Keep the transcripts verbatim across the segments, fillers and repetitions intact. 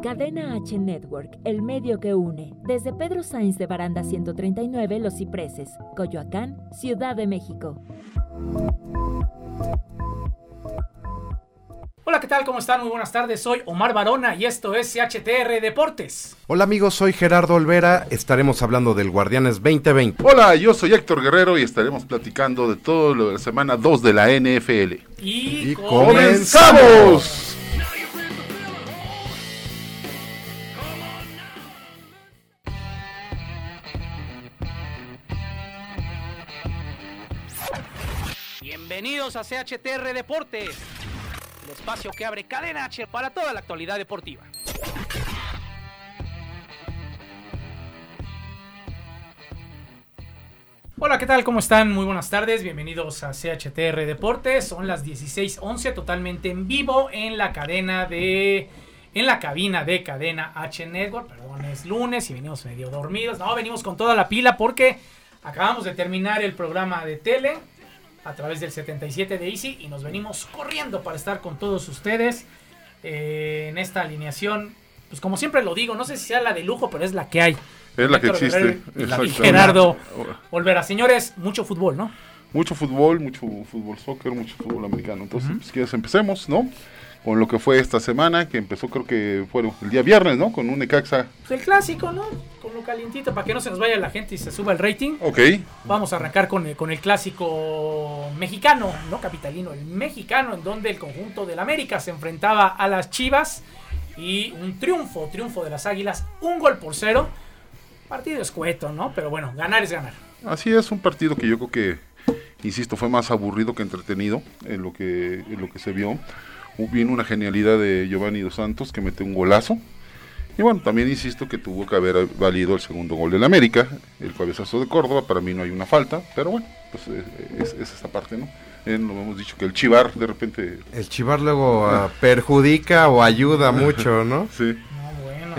Cadena H Network, el medio que une. Desde Pedro Sainz de Baranda ciento treinta y nueve, Los Cipreses, Coyoacán, Ciudad de México. Hola, ¿qué tal? ¿Cómo están? Muy buenas tardes. Soy Omar Barona y esto es C H T R Deportes. Hola amigos, soy Gerardo Olvera. Estaremos hablando del Guardianes veinte veinte. Hola, yo soy Héctor Guerrero y estaremos platicando de todo lo de la semana dos de la N F L. Y, y comenzamos. Bienvenidos a C H T R Deportes, el espacio que abre Cadena H para toda la actualidad deportiva. Hola, ¿qué tal? ¿Cómo están? Muy buenas tardes, bienvenidos a C H T R Deportes. Son las dieciséis once, totalmente en vivo en la cadena de... En la cabina de Cadena H Network. Perdón, es lunes y venimos medio dormidos. No, venimos con toda la pila porque acabamos de terminar el programa de tele a través del setenta y siete de Easy y nos venimos corriendo para estar con todos ustedes eh, en esta alineación. Pues como siempre lo digo, no sé si sea la de lujo, pero es la que hay. Es la que Héctor existe. Guerrero y Gerardo Olvera. Señores, mucho fútbol, ¿no? Mucho fútbol, mucho fútbol soccer, mucho fútbol americano. Entonces, uh-huh. pues quieres empecemos, ¿no? Con lo que fue esta semana, que empezó creo que fue el día viernes, ¿no? Con un Necaxa. Pues el clásico, ¿no? Con lo calientito, para que no se nos vaya la gente y se suba el rating. Ok. Vamos a arrancar con el, con el clásico mexicano, no capitalino, el mexicano, en donde el conjunto del América se enfrentaba a las Chivas. Y un triunfo, triunfo de las Águilas, un gol por cero. Partido escueto, ¿no? Pero bueno, ganar es ganar. Así es, un partido que yo creo que, insisto, fue más aburrido que entretenido en lo que, en lo que se vio. Vino una genialidad de Giovanni Dos Santos que mete un golazo. Y bueno, también insisto que tuvo que haber valido el segundo gol del América, el cabezazo de Córdoba. Para mí no hay una falta, pero bueno, pues es, es esa parte, ¿no? Eh, lo hemos dicho que el chivar de repente... El chivar luego uh, perjudica o ayuda mucho, ¿no? Sí. No, bueno.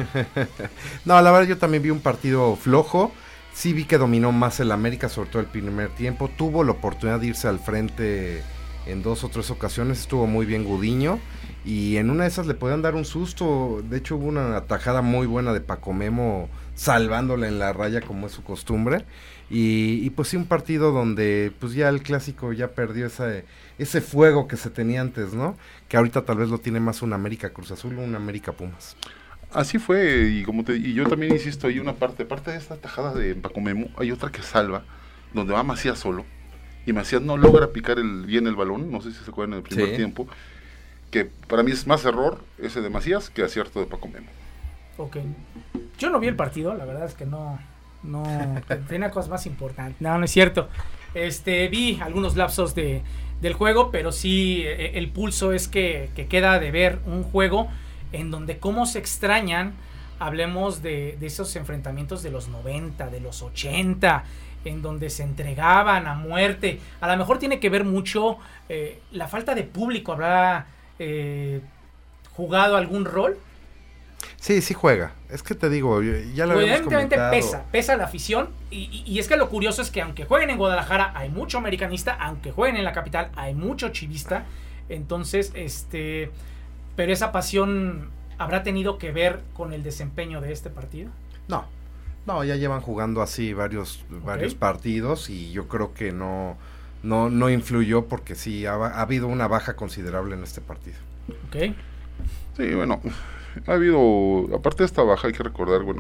No, la verdad yo también vi un partido flojo. Sí vi que dominó más el América, sobre todo el primer tiempo. Tuvo la oportunidad de irse al frente en dos o tres ocasiones, estuvo muy bien Gudiño, y en una de esas le podían dar un susto. De hecho hubo una atajada muy buena de Paco Memo, salvándole en la raya como es su costumbre, y, y pues sí, un partido donde pues ya el clásico ya perdió ese, ese fuego que se tenía antes, ¿no? Que ahorita tal vez lo tiene más un América Cruz Azul o un América Pumas. Así fue, y como te, y yo también insisto, hay una parte, aparte de esta atajada de Paco Memo, hay otra que salva, donde va Macías solo, y Macías no logra picar el, bien el balón, no sé si se acuerdan en el primer sí. tiempo, que para mí es más error ese de Macías que acierto de Paco Memo. Ok, yo no vi el partido, la verdad es que no, no, tenía cosas más importantes, no, no es cierto, este, vi algunos lapsos de, del juego, pero sí, el pulso es que, que queda de ver un juego en donde cómo se extrañan, hablemos de, de esos enfrentamientos de los noventa, de los ochenta, en donde se entregaban a muerte. A lo mejor tiene que ver mucho eh, la falta de público. ¿Habrá eh, jugado algún rol? Sí, sí juega. Es que te digo, ya lo habíamos comentado. pesa, pesa la afición. Y, y, y es que lo curioso es que aunque jueguen en Guadalajara hay mucho americanista, aunque jueguen en la capital hay mucho chivista. Entonces, este, pero esa pasión ¿habrá tenido que ver con el desempeño de este partido? No. No, ya llevan jugando así varios okay. varios partidos y yo creo que no no no influyó porque sí ha, ha habido una baja considerable en este partido. Ok. Sí, bueno, ha habido, aparte de esta baja hay que recordar, bueno,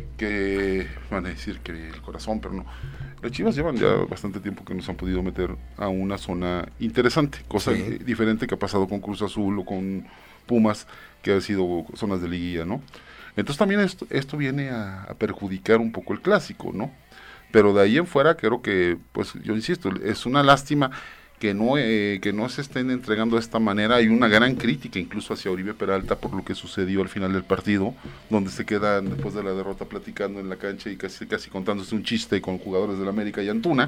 que van a decir que el corazón, pero no. Las Chivas llevan ya bastante tiempo que nos han podido meter a una zona interesante, cosa sí. diferente que ha pasado con Cruz Azul o con Pumas, que han sido zonas de liguilla, ¿no? Entonces también esto, esto viene a, a perjudicar un poco el clásico, ¿no? Pero de ahí en fuera creo que, pues yo insisto, es una lástima que no eh, que no se estén entregando de esta manera. Hay una gran crítica incluso hacia Oribe Peralta por lo que sucedió al final del partido, donde se quedan después de la derrota platicando en la cancha y casi casi contándose un chiste con jugadores del América y Antuna.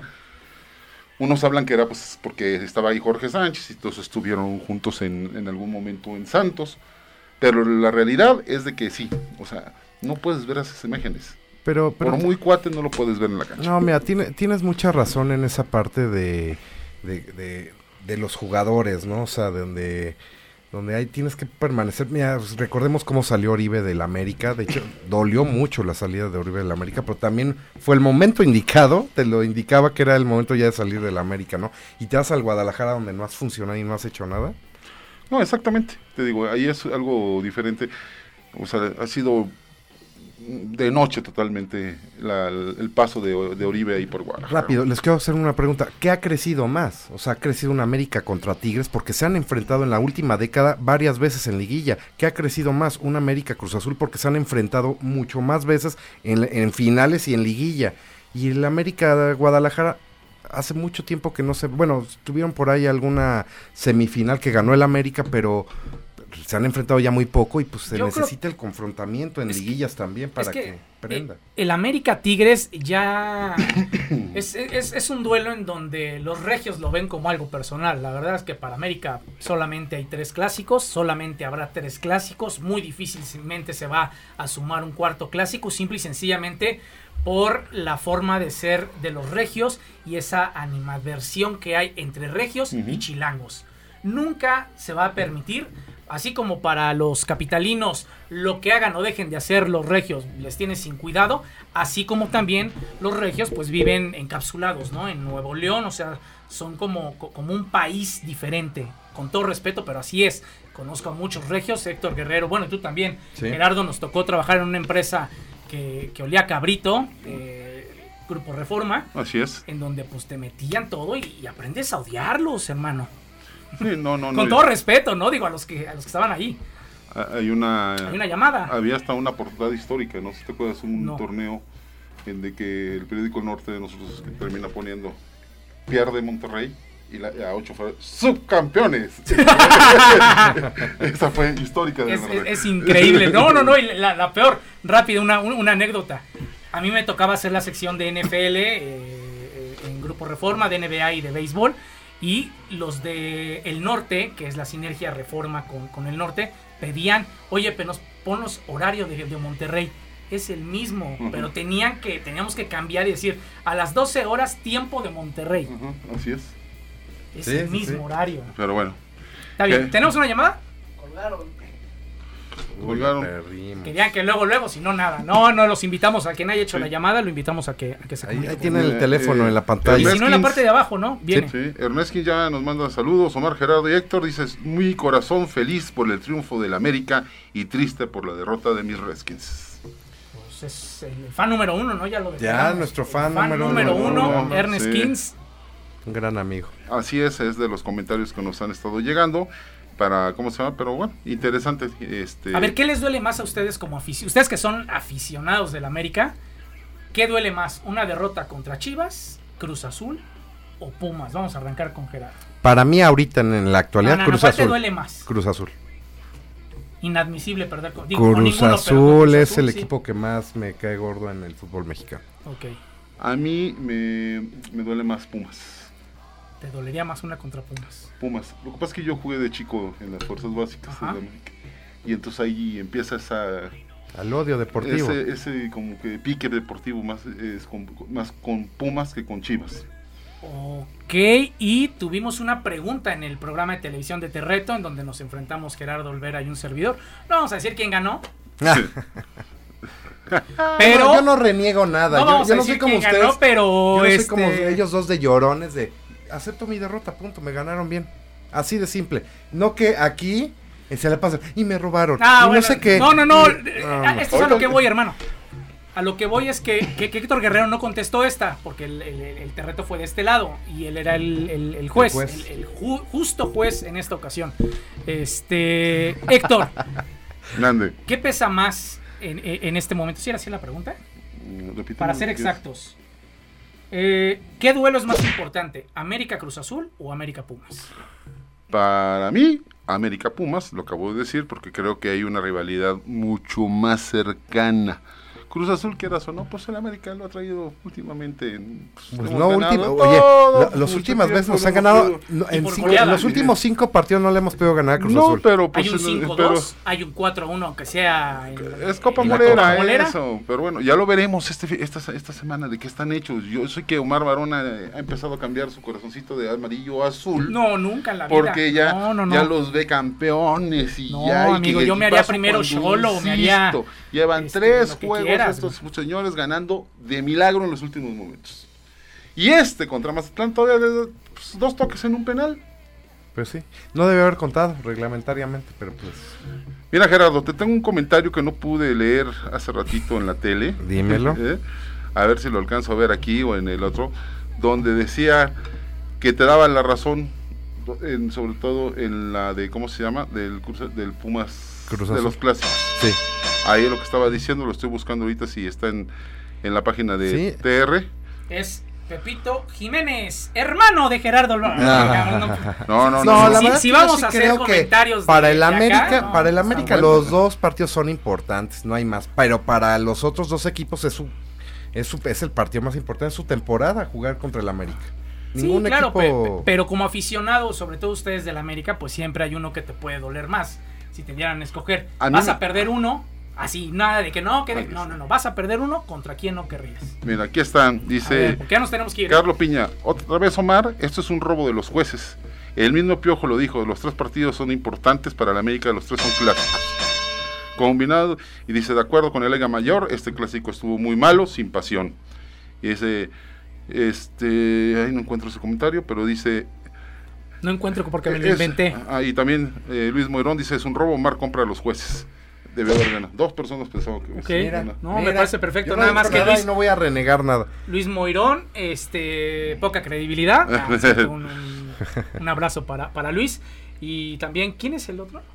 Unos hablan que era pues porque estaba ahí Jorge Sánchez y todos estuvieron juntos en, en algún momento en Santos. Pero la realidad es de que sí, o sea, no puedes ver esas imágenes. Pero, pero por muy cuate no lo puedes ver en la cancha. No, mira, tiene, tienes mucha razón en esa parte de, de, de, de los jugadores, ¿no? O sea, de donde, donde ahí tienes que permanecer. Mira, pues, recordemos cómo salió Oribe del América. De hecho, dolió mucho la salida de Oribe del América, pero también fue el momento indicado. Te lo indicaba que era el momento ya de salir del América, ¿no? Y te vas al Guadalajara donde no has funcionado y no has hecho nada. No, exactamente. Te digo, ahí es algo diferente. O sea, ha sido de noche totalmente la, el paso de, de Oribe ahí por Guadalajara. Rápido, les quiero hacer una pregunta. ¿Qué ha crecido más? O sea, ha crecido una América contra Tigres porque se han enfrentado en la última década varias veces en liguilla. ¿Qué ha crecido más? Una América Cruz Azul porque se han enfrentado mucho más veces en, en finales y en liguilla. Y el América de Guadalajara hace mucho tiempo que no se... Bueno, tuvieron por ahí alguna semifinal que ganó el América, pero... se han enfrentado ya muy poco y pues se Yo necesita creo, el confrontamiento en liguillas que, también para que, que prenda. El América Tigres ya es, es, es un duelo en donde los regios lo ven como algo personal. La verdad es que para América solamente hay tres clásicos, solamente habrá tres clásicos, muy difícilmente se va a sumar un cuarto clásico, simple y sencillamente por la forma de ser de los regios y esa animadversión que hay entre regios uh-huh. y chilangos. Nunca se va a permitir. Así como para los capitalinos lo que hagan o dejen de hacer los regios les tiene sin cuidado, así como también los regios pues viven encapsulados, ¿no? En Nuevo León, o sea, son como, como un país diferente, con todo respeto, pero así es. Conozco a muchos regios, Héctor Guerrero, bueno, y tú también, sí. Gerardo, nos tocó trabajar en una empresa que, que olía a cabrito, eh, Grupo Reforma. Así es. En donde pues te metían todo y, y aprendes a odiarlos, hermano. Sí, no, no, Con no, todo respeto, ¿no? Digo, a los que a los que estaban ahí. Hay una... Hay una llamada. Había hasta una portada histórica, no sé si te acuerdas, un no. torneo en de que el periódico El Norte de nosotros termina poniendo pierde Monterrey y la, a ocho fue subcampeones. Esa fue histórica. De es, es, es increíble. No, no, no, y la, la peor, rápido, una, una anécdota. A mí me tocaba hacer la sección de N F L eh, en Grupo Reforma, de N B A y de béisbol. Y los de El Norte, que es la sinergia Reforma con, con El Norte, pedían, oye, pero nos ponnos horario de, de Monterrey. Es el mismo, uh-huh. pero tenían que, teníamos que cambiar y decir, a las doce horas, tiempo de Monterrey. Uh-huh. Así es. Es sí, el mismo sí. horario. Pero bueno. Está bien, ¿qué? ¿Tenemos una llamada? Colgaron. Colgaron. Querían que luego, luego, si no, nada. No, no, los invitamos a quien haya hecho sí. la llamada, lo invitamos a que, a que se comunique. Ahí, ahí tiene el teléfono eh, en la pantalla. Y si no, en la parte de abajo, ¿no? Viene. Sí, sí. Ernestkin ya nos manda saludos. Omar, Gerardo y Héctor, dices, muy corazón feliz por el triunfo del América y triste por la derrota de mis Redskins. Pues es el fan número uno, ¿no? Ya lo Ya, nuestro fan, fan número, número uno, uno, uno Ernest sí. Kins. Un gran amigo. Así es, es de los comentarios que nos han estado llegando. Para, ¿cómo se llama? Pero bueno, interesante. Este... A ver, ¿qué les duele más a ustedes como aficionados? Ustedes que son aficionados del América, ¿qué duele más? ¿Una derrota contra Chivas, Cruz Azul o Pumas? Vamos a arrancar con Gerardo. Para mí ahorita en, en la actualidad, no, no, Cruz no, Azul. ¿Cuál te duele más? Cruz Azul. Inadmisible perder con digo, Cruz, con ninguno, Azul Cruz es Azul, el sí. equipo que más me cae gordo en el fútbol mexicano. Ok. A mí me, me duele más Pumas. ¿Te dolería más una contra Pumas? Pumas. Lo que pasa es que yo jugué de chico en las fuerzas básicas de América. Y entonces ahí empieza esa... Al odio deportivo. Ese, ese como que pique deportivo más, es con, más con Pumas que con Chivas. Ok, y tuvimos una pregunta en el programa de televisión de Terreto, en donde nos enfrentamos Gerardo Olvera y un servidor. No vamos a decir quién ganó. Sí. Pero no, yo no reniego nada. No yo, yo no soy como ustedes. Ganó, pero yo no este... soy como ellos dos de llorones de acepto mi derrota, punto, me ganaron bien. Así de simple. No que aquí se le pasa y me robaron. Ah, y bueno, no sé qué. No, no, no. Y, no esto es a lo que voy, hermano. A lo que voy es que, que, que Héctor Guerrero no contestó esta, porque el, el, el Terreto fue de este lado y él era el, el, el juez, el, juez. el, el ju, justo juez en esta ocasión. Este, Héctor, Grande. ¿Qué pesa más en, en este momento? ¿Sí era así la pregunta? Repítame, Para ser exactos. Eh, ¿Qué duelo es más importante? ¿América Cruz Azul o América Pumas? Para mí, América Pumas, lo acabo de decir, porque creo que hay una rivalidad mucho más cercana Cruz Azul, quieras o no, pues el América lo ha traído últimamente. Pues, Pues hemos no, ganado última, todo, oye, la- pues, las mucho últimas tiempo veces nos lo han hemos ganado, podido. no, Y en, por cinco- goleada. en los últimos cinco partidos no le hemos podido ganar a Cruz No, Azul. pero pues hay un en- cinco pero dos, hay un cuatro uno, aunque sea... en- es Copa en la Molera, Copa Molera. eso, pero bueno, ya lo veremos este fi- esta, esta semana de qué están hechos. Yo sé que Omar Barona eh, ha empezado a cambiar su corazoncito de amarillo a azul. No, nunca en la vida. Porque ya, no, no, no. ya los ve campeones y No, ya. y que amigo, el yo me haría equipazo primero cuando, Xolo, me haría, insisto, Llevan este, tres lo que juegos quieras, estos señores ganando de milagro en los últimos momentos. Y este contra Mazatlán todavía le da, pues, dos toques en un penal. Pues sí, no debe haber contado reglamentariamente, pero pues... Mira, Gerardo, te tengo un comentario que no pude leer hace ratito en la tele. Dímelo. ¿Eh? A ver si lo alcanzo a ver aquí o en el otro, donde decía que te daban la razón, en, sobre todo en la de, ¿cómo se llama? Del, curso- del Pumas, Cruz de Azul. los clásicos. Sí. Ahí lo que estaba diciendo, lo estoy buscando ahorita si está en, en la página de Sí. T R. Es Pepito Jiménez, hermano de Gerardo. No, Ah. No, no, no. No, la Si- verdad si que yo vamos sí a hacer creo que comentarios para de- el de acá, América, no, para el no, América no, los bueno. dos partidos son importantes, no hay más, pero para los otros dos equipos es su es su es el partido más importante de su temporada, jugar contra el América. Ningún Sí, claro, equipo pe- pe- pero como aficionado, sobre todo ustedes del América, pues siempre hay uno que te puede doler más. Si te dieran a escoger, A mí vas me- a perder uno, así, nada de que no, que de- Ahí no, está. no, no, vas a perder uno, ¿contra quién no querrías? Mira, aquí están, A ver, dice porque ya nos tenemos que ir. Carlos Piña. Otra vez, Omar, esto es un robo de los jueces. El mismo Piojo lo dijo, los tres partidos son importantes para la América, los tres son clásicos. Combinado, y dice, de acuerdo con el Liga Mayor, este clásico estuvo muy malo, sin pasión. Y dice, este, ahí no encuentro ese comentario, pero dice... No encuentro porque me lo es- inventé. Ah, y también eh, Luis Moirón dice, es un robo, Omar compra a los jueces. Debe haber ganado. Dos personas pensaban que... Ok. sí, gana. No, me parece perfecto, yo no nada he más dicho que nada Luis- y no voy a renegar nada. Luis Moirón, este, poca credibilidad. Ah, sí, un, un- un abrazo para, para Luis. Y también, ¿quién es el otro?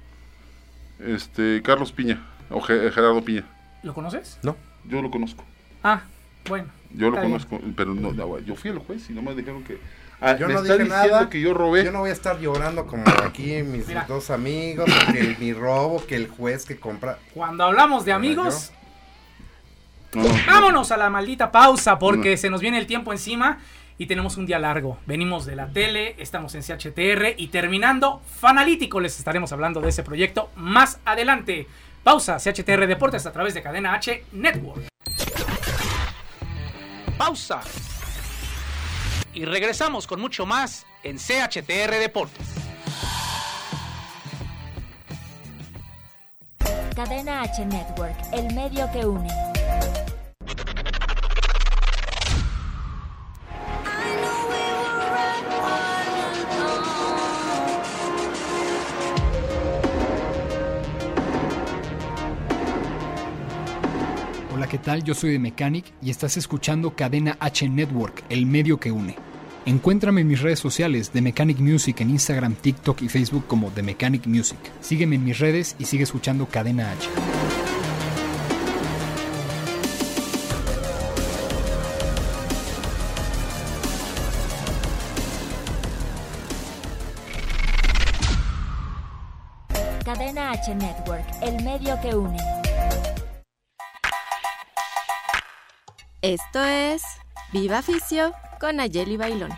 Este, Carlos Piña, o Ge- Gerardo Piña. ¿Lo conoces? No. Yo lo conozco. Ah, bueno. Yo lo Está bien. conozco, pero no, no, yo fui el juez y no me dijeron que... Ah, Yo me no está dije diciendo nada. que yo robé. Yo no voy a estar llorando como aquí mis Mira. dos amigos, que el, mi robo, que el juez que compra. Cuando hablamos de Bueno, amigos, No, no, no. vámonos a la maldita pausa porque No. se nos viene el tiempo encima y tenemos un día largo. Venimos de la tele, estamos en C H T R y terminando Fanalítico. Les estaremos hablando de ese proyecto más adelante. Pausa, C H T R Deportes a través de Cadena H Network. Pausa. Y regresamos con mucho más en C H T R Deportes. Cadena H Network, el medio que une. Hola, ¿qué tal? Yo soy The Mechanic y estás escuchando Cadena H Network, el medio que une. Encuéntrame en mis redes sociales, The Mechanic Music, en Instagram, TikTok y Facebook como The Mechanic Music. Sígueme en mis redes y sigue escuchando Cadena H. Cadena H Network, el medio que une. Esto es Viva Aficio con Nayeli Bailón.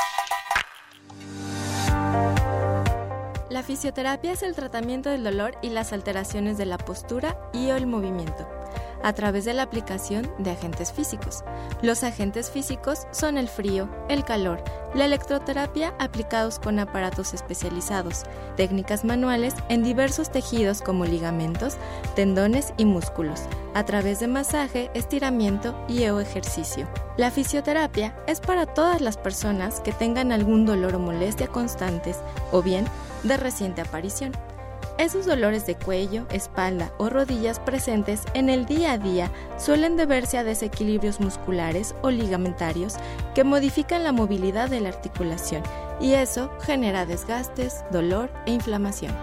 La fisioterapia es el tratamiento del dolor y las alteraciones de la postura y o el movimiento, a través de la aplicación de agentes físicos. Los agentes físicos son el frío, el calor, la electroterapia aplicados con aparatos especializados, técnicas manuales en diversos tejidos como ligamentos, tendones y músculos, a través de masaje, estiramiento y o ejercicio. La fisioterapia es para todas las personas que tengan algún dolor o molestia constantes o bien de reciente aparición. Esos dolores de cuello, espalda o rodillas presentes en el día a día suelen deberse a desequilibrios musculares o ligamentarios que modifican la movilidad de la articulación y eso genera desgastes, dolor e inflamación.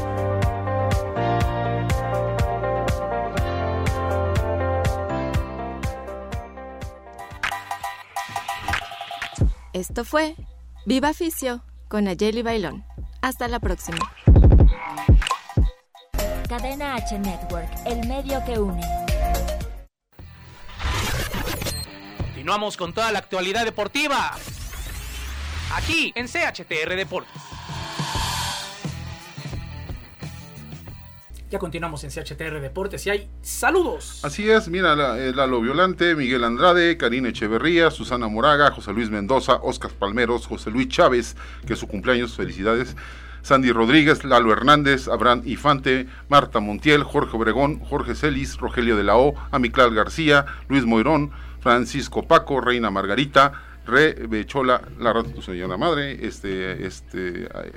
Esto fue Viva Aficio con Nayeli Bailón. Hasta la próxima. Cadena H Network, el medio que une. Continuamos con toda la actualidad deportiva, aquí en C H T R Deportes. Ya continuamos en C H T R Deportes y hay saludos. Así es, mira, la, Lalo Violante, Miguel Andrade, Karina Echeverría, Susana Moraga, José Luis Mendoza, Oscar Palmeros, José Luis Chávez, que es su cumpleaños, felicidades, Sandy Rodríguez, Lalo Hernández, Abraham Infante, Marta Montiel, Jorge Obregón, Jorge Celis, Rogelio de la O, Amiclal García, Luis Moirón, Francisco Paco, Reina Margarita, Re Bechola, la rata tu señora madre, este, este... Ay,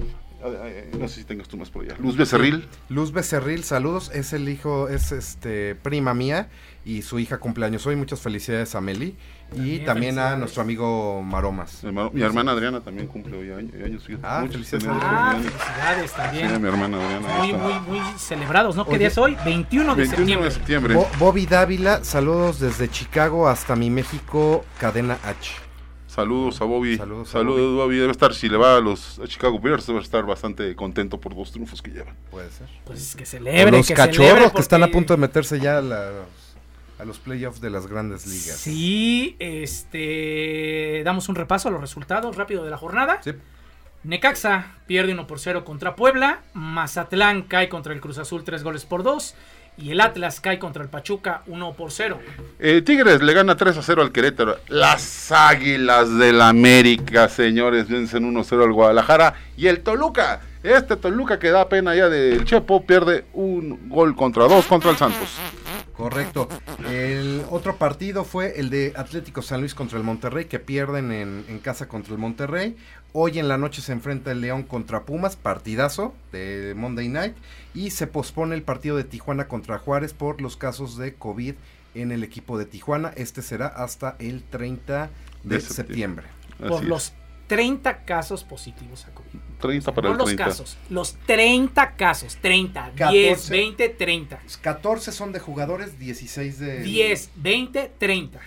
no sé si tengas tú más por allá. Luz Becerril. Sí. Luz Becerril, saludos. Es el hijo, es este prima mía y su hija cumpleaños hoy. Muchas felicidades a Meli y también, también a nuestro amigo Maromas. Mar mi hermana Adriana también cumple hoy años. Ah, muchas felicidades. Ah, felicidades también. Sí, mi hermana Adriana. Muy, muy, muy celebrados, ¿no? ¿Qué día es hoy? veintiuno de septiembre. de septiembre. Bo Bobby Dávila, saludos desde Chicago hasta mi México, Cadena H. Saludos a Bobby. Saludos, Saludos a Bobby. Bobby. Debe estar, si le va a los a Chicago Bears, debe estar bastante contento por dos triunfos que llevan. Puede ser. Pues que celebre, los que cachorros celebre porque... que están a punto de meterse ya a, la, a los playoffs de las grandes ligas. Sí, este, damos un repaso a los resultados rápido de la jornada. Sí. Necaxa pierde uno por cero contra Puebla. Mazatlán cae contra el Cruz Azul tres goles por dos. Y el Atlas cae contra el Pachuca uno por cero. Eh, Tigres le gana tres a cero al Querétaro. Las Águilas del América, señores, vencen uno a cero al Guadalajara. Y el Toluca, este Toluca que da pena ya del Chepo, pierde un gol contra dos contra el Santos. Correcto. El otro partido fue el de Atlético San Luis contra el Monterrey, que pierden en, en casa contra el Monterrey. Hoy en la noche se enfrenta el León contra Pumas, partidazo de Monday Night. Y se pospone el partido de Tijuana contra Juárez por los casos de COVID en el equipo de Tijuana. Este será hasta el treinta de, de septiembre. septiembre. Por los treinta casos positivos a COVID. treinta para no el los treinta. Casos, los treinta casos, treinta, catorce, diez, veinte, treinta. catorce son de jugadores, dieciséis de... diez, veinte, treinta.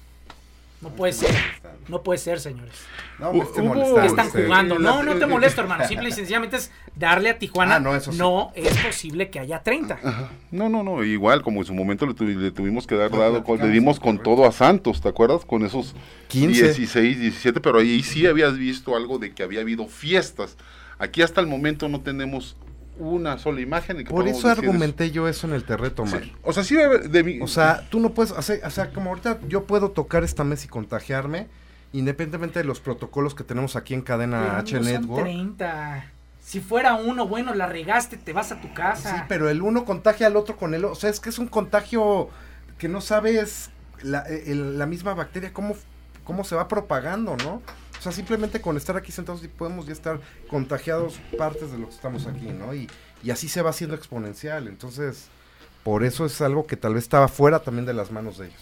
No puede ser, no puede ser, señores. No, me esté Hubo- molestando. ¿Qué están usted. jugando? No, no te molesto, hermano. Simple y sencillamente es darle a Tijuana. Ah, no, eso sí. No es posible que haya treinta. Ajá. No, no, no, igual como en su momento le, tu- le tuvimos que dar Lo dado, con- le platicamos, dimos con correcto. todo a Santos, ¿te acuerdas? Con esos quince. dieciséis, diecisiete, pero ahí sí habías visto algo de que había habido fiestas. Aquí hasta el momento no tenemos una sola imagen. En que Por podamos eso decir argumenté yo eso en el terreto, Omar. Sí. O sea, sí debe haber de mi- O sea, tú no puedes hacer, o sea, como ahorita yo puedo tocar esta mesa y contagiarme, independientemente de los protocolos que tenemos aquí en Cadena Pero H no son Network. treinta. Si fuera uno, bueno, la regaste, te vas a tu casa. Sí, pero el uno contagia al otro con el otro. O sea, es que es un contagio que no sabes la, el- la misma bacteria, cómo, cómo se va propagando, ¿no? O sea, simplemente con estar aquí sentados y podemos ya estar contagiados partes de lo que estamos aquí, ¿no? Y, y así se va haciendo exponencial. Entonces, por eso es algo que tal vez estaba fuera también de las manos de ellos.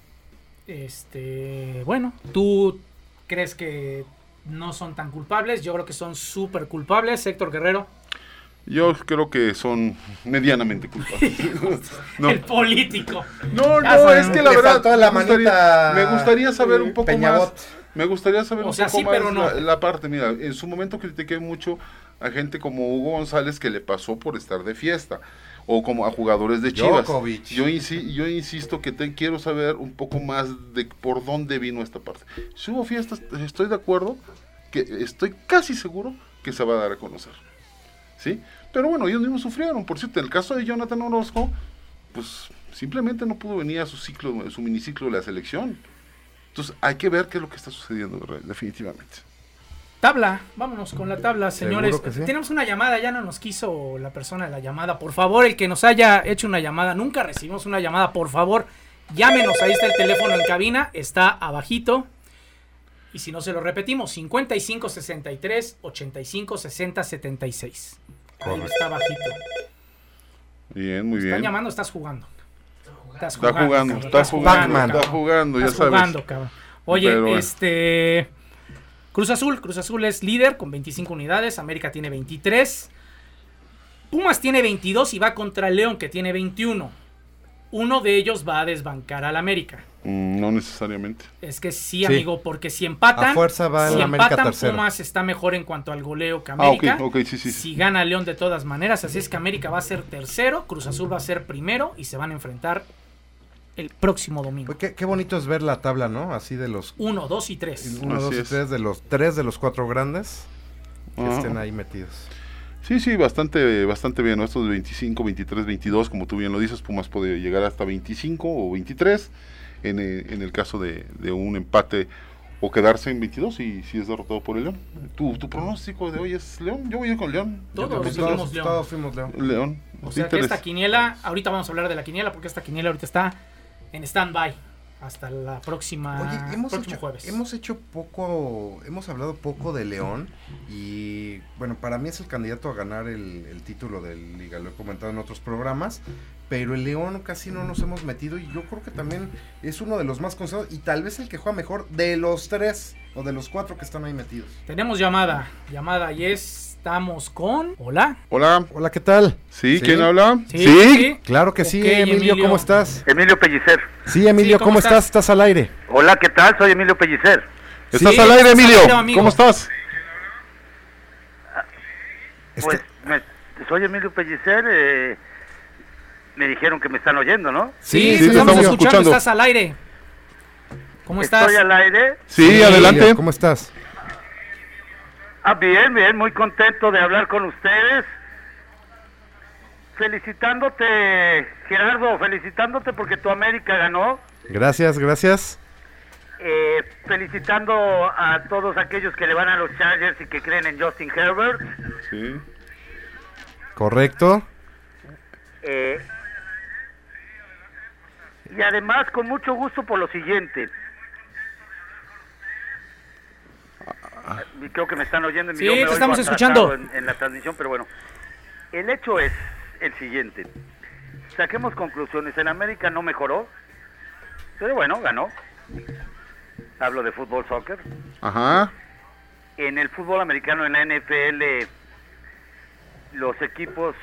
Este, bueno, ¿tú crees que no son tan culpables? Yo creo que son súper culpables, Héctor Guerrero. Yo creo que son medianamente culpables. No. El político. No, Ya no, sabemos. es que la Le verdad faltó la me gustaría, manita, me gustaría saber un poco Peñabot. más. Me gustaría saber O un sea, poco sí, más pero no. la, la parte. Mira, en su momento critiqué mucho a gente como Hugo González que le pasó por estar de fiesta, o como a jugadores de Chivas. Djokovic. Yo, insi yo insisto que te, quiero saber un poco más de por dónde vino esta parte. Si hubo fiestas, estoy de acuerdo, que estoy casi seguro que se va a dar a conocer. ¿Sí? Pero bueno, ellos mismos sufrieron. Por cierto, en el caso de Jonathan Orozco, pues simplemente no pudo venir a su ciclo, su miniciclo de la selección. Entonces hay que ver qué es lo que está sucediendo definitivamente. Tabla, vámonos con la tabla, señores. Seguro que sí. Tenemos una llamada, ya no nos quiso la persona de la llamada. Por favor, el que nos haya hecho una llamada, nunca recibimos una llamada, por favor, llámenos, ahí está el teléfono en cabina, está abajito. Y si no se lo repetimos, cincuenta y cinco sesenta y tres ochenta y cinco sesenta setenta y seis. Ahí Correcto. está abajito. Bien, muy ¿Están bien. llamando o estás jugando? Estás Está jugando, cabrón, está jugando, Pac-Man. está jugando, ya Estás sabes. jugando, cabrón. Oye, Pero bueno. este... Cruz Azul, Cruz Azul es líder con veinticinco unidades, América tiene veintitrés, Pumas tiene veintidós y va contra León que tiene veintiuno. Uno de ellos va a desbancar al América. Mm, no necesariamente. Es que sí, Sí. amigo, porque si empatan, A fuerza va si el América empatan tercero. Pumas está mejor en cuanto al goleo que Ah, América. ok, ok, sí, sí. sí. Si gana León de todas maneras, así es que América va a ser tercero, Cruz Azul va a ser primero y se van a enfrentar el próximo domingo. Pues qué, qué bonito es ver la tabla, ¿no? Así de los... Uno, dos y tres. Uno, Así dos y es. tres de los tres de los cuatro grandes que Ajá. estén ahí metidos. Sí, sí, bastante bastante bien, ¿no? Estos veinticinco, veintitrés, veintidós, como tú bien lo dices, Pumas puede llegar hasta veinticinco o veintitrés en, eh, en el caso de, de un empate o quedarse en veintidós y si es derrotado por el León. ¿Tu, tu pronóstico de hoy es León? Yo voy a ir con León. Todos Todos, seguimos todos, León. todos fuimos León. León. O Sí, sea que interes- esta quiniela, ahorita vamos a hablar de la quiniela porque esta quiniela ahorita está en stand-by hasta la próxima Oye, hemos próximo hecho, jueves. hemos hecho poco, hemos hablado poco de León y bueno, para mí es el candidato a ganar el, el título de Liga, lo he comentado en otros programas, pero el León casi no nos hemos metido y yo creo que también es uno de los más considerados y tal vez el que juega mejor de los tres o de los cuatro que están ahí metidos. Tenemos llamada, llamada y estamos con... Hola. Hola. Hola, ¿qué tal? ¿Sí? ¿Sí? ¿Quién habla? Sí. Claro que sí, Ok, Emilio, Emilio. ¿cómo estás? Emilio Pellicer. Sí, Emilio, Sí, ¿cómo ¿cómo, estás? estás? ¿Estás al aire? Hola, ¿qué tal? Soy Emilio Pellicer. ¿Estás Sí, al aire, estás al Emilio? aire, amigo. ¿Cómo estás? Pues, Este- me- soy Emilio Pellicer. Eh, me dijeron que me están oyendo, ¿no? Sí, Sí, te sí, estamos Emilio. escuchando, escuchando. estás al aire. ¿Cómo estás? Estoy al aire. Sí, Sí, adelante. Emilio, ¿cómo estás? Ah, bien, bien, muy contento de hablar con ustedes. Felicitándote, Gerardo, felicitándote porque tu América ganó. Gracias, gracias. Eh, felicitando a todos aquellos que le van a los Chargers y que creen en Justin Herbert. Sí. Correcto. Eh, y además con mucho gusto por lo siguiente. Y creo que me están oyendo. en mi- Sí, yo me te oigo estamos atrasado escuchando. En, en la transmisión, pero bueno. El hecho es el siguiente. Saquemos conclusiones. El América no mejoró, pero bueno, ganó. Hablo de fútbol, soccer. Ajá. En el fútbol americano, en la N F L, los equipos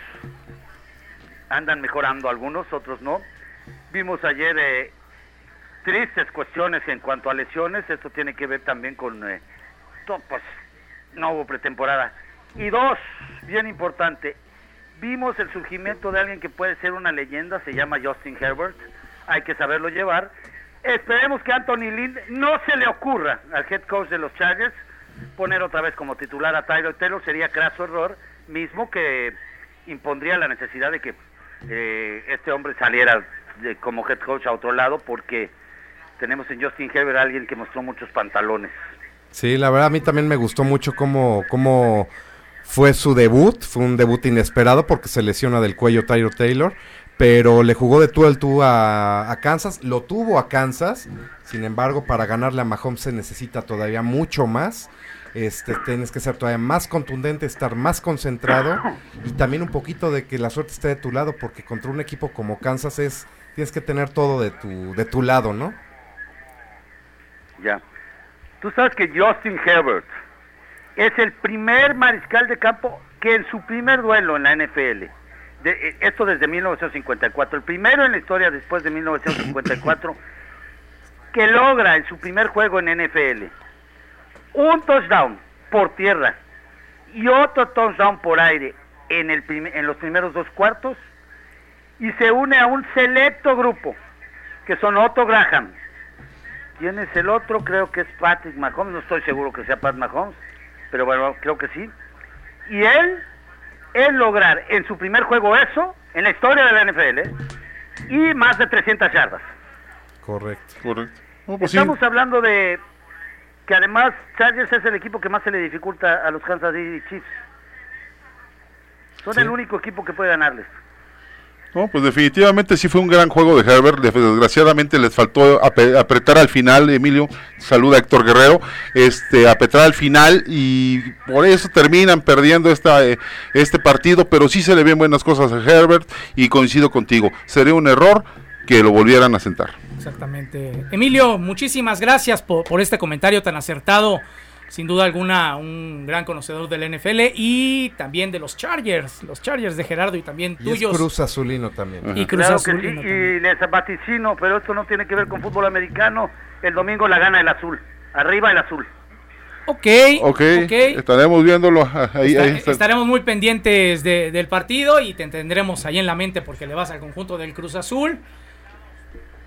andan mejorando, algunos, otros no. Vimos ayer eh, tristes cuestiones en cuanto a lesiones. Esto tiene que ver también con... Eh, to- pues no hubo pretemporada. Y dos, bien importante, vimos el surgimiento de alguien que puede ser una leyenda, se llama Justin Herbert. Hay que saberlo llevar. Esperemos que a Anthony Lynn no se le ocurra al head coach de los Chargers poner otra vez como titular a Tyrod Taylor. Sería craso error, mismo que impondría la necesidad de que eh, este hombre saliera de, como head coach a otro lado, porque tenemos en Justin Herbert a alguien que mostró muchos pantalones. Sí, la verdad a mí también me gustó mucho cómo, cómo fue su debut. Fue un debut inesperado porque se lesiona del cuello Tyrod Taylor, pero le jugó de tú al tú a, a Kansas, lo tuvo a Kansas. Sin embargo, para ganarle a Mahomes se necesita todavía mucho más. Este, tienes que ser todavía más contundente, estar más concentrado y también un poquito de que la suerte esté de tu lado, porque contra un equipo como Kansas es tienes que tener todo de tu de tu lado, ¿no? Ya. Tú sabes que Justin Herbert es el primer mariscal de campo que en su primer duelo en la N F L, de, eh, esto desde mil novecientos cincuenta y cuatro, el primero en la historia después de mil novecientos cincuenta y cuatro, que logra en su primer juego en N F L un touchdown por tierra y otro touchdown por aire en, el prim- en los primeros dos cuartos, y se une a un selecto grupo que son Otto Graham. ¿Quién es el otro? Creo que es Patrick Mahomes, no estoy seguro que sea Pat Mahomes, pero bueno, creo que sí. Y él, él lograr en su primer juego eso, en la historia de la N F L, y más de trescientas yardas. Correcto. Correcto. No, pues sí. Estamos hablando de que además Chargers es el equipo que más se le dificulta a los Kansas City Chiefs. Son Sí. el único equipo que puede ganarles. No, pues definitivamente sí fue un gran juego de Herbert. Desgraciadamente les faltó ap- apretar al final. Emilio, saluda a Héctor Guerrero, este, apretar al final y por eso terminan perdiendo esta, eh, este partido, pero sí se le ven buenas cosas a Herbert y coincido contigo, sería un error que lo volvieran a sentar. Exactamente. Emilio, muchísimas gracias por, por este comentario tan acertado. Sin duda alguna, un gran conocedor del N F L y también de los Chargers, los Chargers de Gerardo y también Y es tuyos. Cruz Azulino también. Y Cruz Claro que Azul. sí, y no también. y les vaticino, pero esto no tiene que ver con fútbol americano. El domingo la gana el azul. Arriba el azul. Ok, Ok, ok. estaremos viéndolo. Ahí, Está- ahí está. estaremos muy pendientes de- del partido y te tendremos ahí en la mente porque le vas al conjunto del Cruz Azul.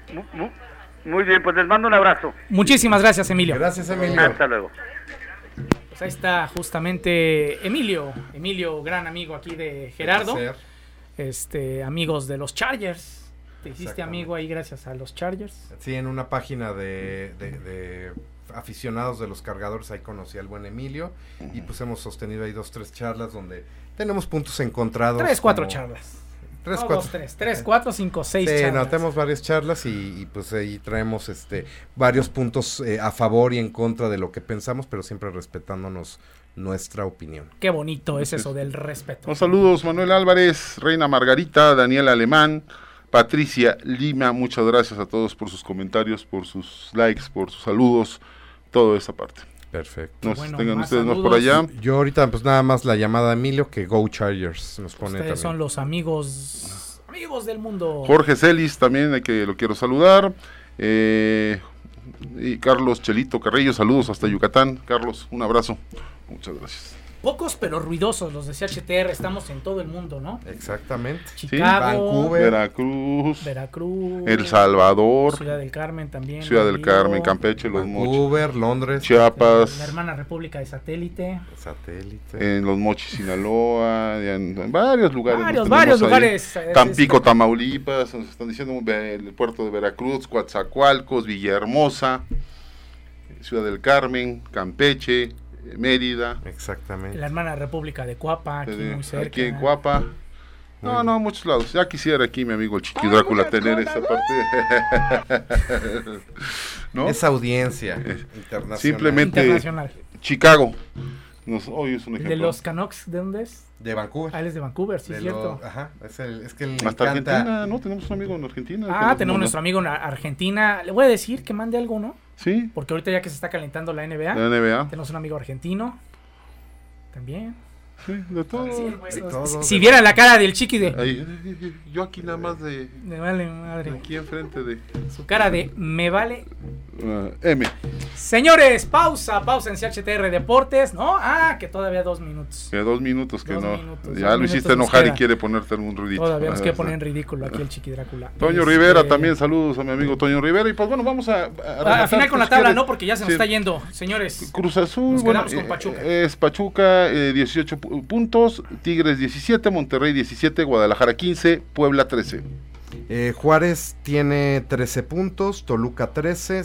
Muy, muy bien, pues les mando un abrazo. Muchísimas gracias, Emilio. Gracias, Emilio. Hasta luego. Pues ahí está justamente Emilio, Emilio, gran amigo aquí de Gerardo, este, amigos de los Chargers. Te hiciste amigo ahí gracias a los Chargers. Sí, en una página de, de, de aficionados de los cargadores, ahí conocí al buen Emilio, uh-huh. y pues hemos sostenido ahí dos, tres charlas donde tenemos puntos encontrados. Tres, cuatro como... charlas. Tres, no, cuatro. Dos, tres, tres, cuatro, cinco, seis sí, charlas. no, tenemos varias charlas y, y pues ahí traemos este varios puntos eh, a favor y en contra de lo que pensamos, pero siempre respetándonos nuestra opinión. Qué bonito es eso del respeto. Los saludos, Manuel Álvarez, Reina Margarita, Daniel Alemán, Patricia Lima, muchas gracias a todos por sus comentarios, por sus likes, por sus saludos, toda esa parte. Perfecto. Nos bueno, tengan más ustedes saludos. más por allá. Yo ahorita pues nada más la llamada a Emilio que Go Chargers nos pone Ustedes también. son los amigos, amigos del mundo. Jorge Celis también, hay que lo quiero saludar. Eh, y Carlos Chelito Carrillo, saludos hasta Yucatán. Carlos, un abrazo. Muchas gracias. Pocos pero ruidosos los de C H T R, estamos en todo el mundo, ¿no? Exactamente. Chicago, Vancouver, Veracruz, Veracruz, El Salvador, Ciudad del Carmen también. Ciudad del Río, Carmen, Campeche, Los Mochis, Vancouver, Londres, Chiapas, la hermana República de Satélite. Satélite. en Los Mochis, Sinaloa, en, en varios lugares. Varios, nos varios tenemos ahí. lugares. Tampico, Tamaulipas, nos están diciendo el puerto de Veracruz, Coatzacoalcos, Villahermosa, Ciudad del Carmen, Campeche, Mérida. Exactamente. La hermana República de Cuapa, aquí Eh, muy cerca. Aquí en Cuapa. No, no, muchos lados. Ya quisiera aquí mi amigo el Chiqui Drácula tener esa parte. ¿No? Esa audiencia internacional. Simplemente Internacional. Chicago. Nos, hoy es un ¿El ejemplo. de los Canucks de dónde es? De Vancouver. Ah, él es de Vancouver, sí, De es cierto. lo- ajá, es, el, es que le Hasta encanta. Argentina, ¿no? Tenemos un amigo en Argentina. Ah, que tenemos nos nuestro manda- amigo en Argentina. Le voy a decir que mande algo, ¿no? Sí, Porque ahorita ya que se está calentando la N B A, la N B A. tenemos un amigo argentino. También. Sí, de todo. Sí, de todo, si de si viera la cara del Chiqui de... Ahí, yo aquí nada más de... Me vale madre. Aquí enfrente de... Su cara de me vale. uh, M. Señores, pausa, pausa en C H T R Deportes, ¿no? Ah, que todavía dos minutos. Que dos minutos que Dos no. minutos, ya dos lo hiciste minutos nos enojar y queda. quiere ponerte un ruidito. Todavía nos Ah, quiere sí. poner en ridículo aquí el Chiqui Drácula. Toño Este, Rivera también, saludos a mi amigo Toño Rivera. Y pues bueno, vamos a. A, A, a rematar, final con la si tabla, quieres. ¿no? Porque ya se nos Sí. está yendo. Señores, Cruz Azul, Nos bueno, quedamos con eh, Pachuca. es Pachuca eh, dieciocho pu- puntos, Tigres diecisiete, Monterrey diecisiete, Guadalajara quince, Puebla trece. Eh, Juárez tiene trece puntos, Toluca trece,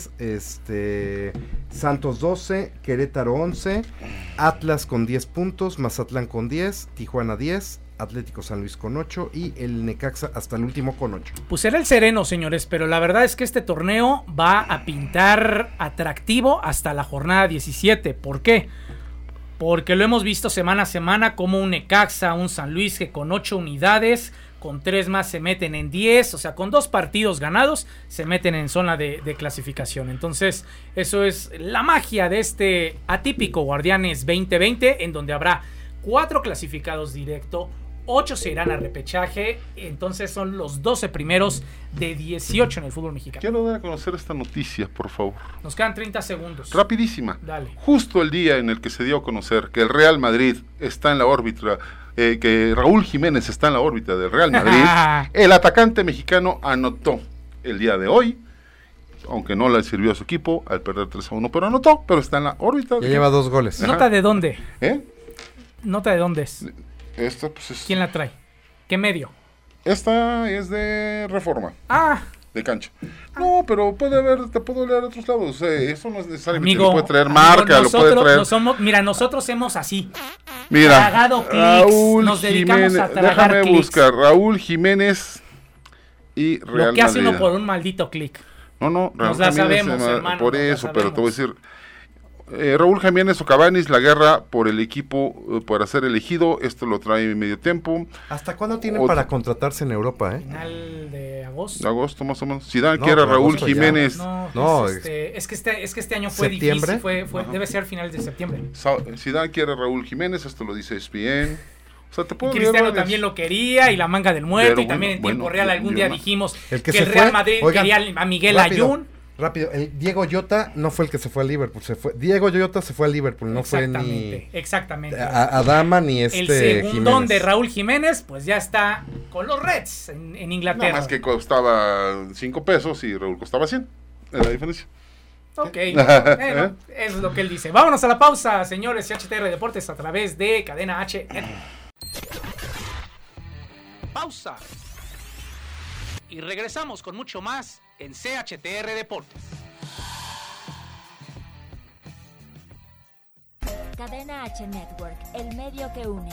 este, Santos doce, Querétaro once, Atlas con diez puntos, Mazatlán con diez, Tijuana diez, Atlético San Luis con ocho y el Necaxa hasta el último con ocho. pues será el sereno, señores, pero la verdad es que este torneo va a pintar atractivo hasta la jornada diecisiete. ¿Por qué? Porque lo hemos visto semana a semana como un Necaxa, un San Luis que con ocho unidades, con tres más se meten en diez, o sea, con dos partidos ganados se meten en zona de, de clasificación. Entonces, eso es la magia de este atípico Guardianes veinte veinte, en donde habrá cuatro clasificados directo, ocho se irán a repechaje, entonces son los doce primeros de dieciocho en el fútbol mexicano. Quiero dar a conocer esta noticia, por favor. Nos quedan treinta segundos. Rapidísima. Dale. Justo el día en el que se dio a conocer que el Real Madrid está en la órbita, eh, que Raúl Jiménez está en la órbita del Real Madrid, el atacante mexicano anotó el día de hoy, aunque no le sirvió a su equipo al perder tres a uno, pero anotó, pero está en la órbita. Ya de- lleva dos goles. Ajá. ¿Nota de dónde? ¿Eh? ¿Nota de dónde es? Esta, pues, es, ¿Quién la trae? ¿Qué medio? esta es de Reforma, Ah, de cancha. No, pero puede haber, te puedo leer de otros lados. eh, eso no es necesariamente amigo. lo puede traer amigo, marca, lo nosotros puede traer. no somos, mira, nosotros hemos así. Mira, tragado clics, Raúl nos dedicamos Jiménez, a tragar déjame clics. buscar Raúl Jiménez y Real Lo que hace Madrid. uno por un maldito clic. No, no, Nos Raúl la Jiménez, sabemos, eh, hermano, por nos la eso, pero te voy a sabemos. decir, eh, Raúl Jiménez o Cabanis, la guerra por el equipo, eh, para ser elegido, esto lo trae en medio tiempo, ¿Hasta cuándo tienen Otro. para contratarse en Europa, eh? Final de agosto. de agosto más o menos. Zidane No, quiere a pero Raúl agosto ya. Jiménez, No, No, es, este, es que este, es que este año fue ¿septiembre? difícil, fue, fue, Ajá. debe ser finales de septiembre. Sa- Zidane quiere a Raúl Jiménez, esto lo dice E S P N. O sea, te Y puedo leer Cristiano varias. también lo quería y la manga del muerto. Pero y también en bueno, tiempo bueno, real algún yo día no- dijimos El que, que el se Real fue, Madrid oigan, quería a Miguel rápido, Ayun. Rápido, el Diego Llota no fue el que se fue a Liverpool, se fue Diego Llota se fue a Liverpool, no fue ni exactamente. A, Adama ni este el segundón Jiménez. De Raúl Jiménez, pues ya está con los Reds en, en Inglaterra. Nada más que costaba cinco pesos y Raúl costaba cien, es la diferencia. Ok, bueno, eso es lo que él dice. Vámonos a la pausa, señores, C H T R Deportes a través de Cadena H. Pausa. Y regresamos con mucho más en C H T R Deportes. Cadena H Network, el medio que une.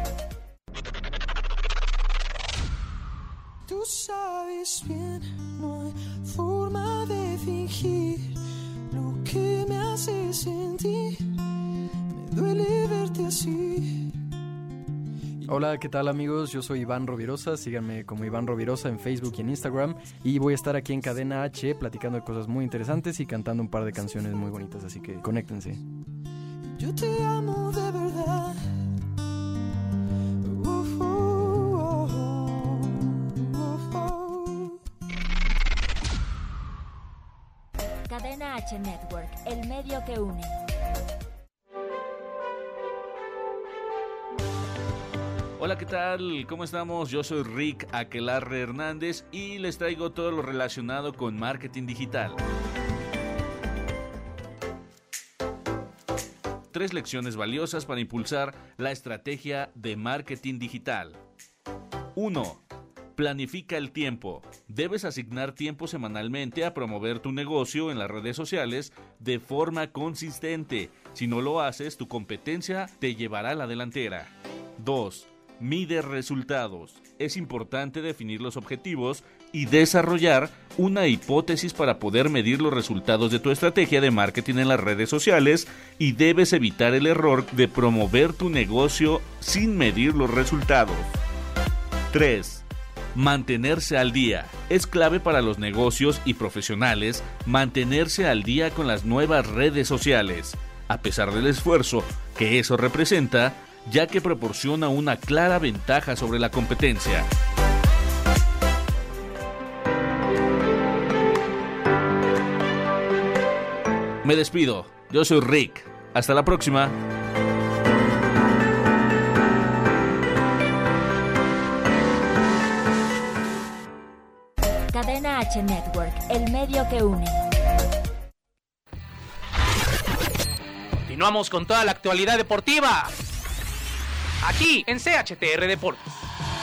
Tú sabes bien, no hay forma de fingir lo que me hace sentir. Me duele verte así. Hola, ¿qué tal amigos? Yo soy Iván Rovirosa, síganme como Iván Rovirosa en Facebook y en Instagram y voy a estar aquí en Cadena H platicando de cosas muy interesantes y cantando un par de canciones muy bonitas, así que conéctense. Yo te amo de verdad. Uh, uh, uh, uh, uh. Cadena H Network, el medio que une. Hola, ¿qué tal? ¿Cómo estamos? Yo soy Rick Aquelarre Hernández y les traigo todo lo relacionado con marketing digital. Tres lecciones valiosas para impulsar la estrategia de marketing digital. uno. Planifica el tiempo. Debes asignar tiempo semanalmente a promover tu negocio en las redes sociales de forma consistente. Si no lo haces, tu competencia te llevará a la delantera. dos. Mide resultados. Es importante definir los objetivos y desarrollar una hipótesis para poder medir los resultados de tu estrategia de marketing en las redes sociales y debes evitar el error de promover tu negocio sin medir los resultados. tres. Mantenerse al día. Es clave para los negocios y profesionales mantenerse al día con las nuevas redes sociales, a pesar del esfuerzo que eso representa, ya que proporciona una clara ventaja sobre la competencia. Me despido, yo soy Rick, hasta la próxima. Cadena H Network, el medio que une. Continuamos con toda la actualidad deportiva. Aquí en C H T R Deportes.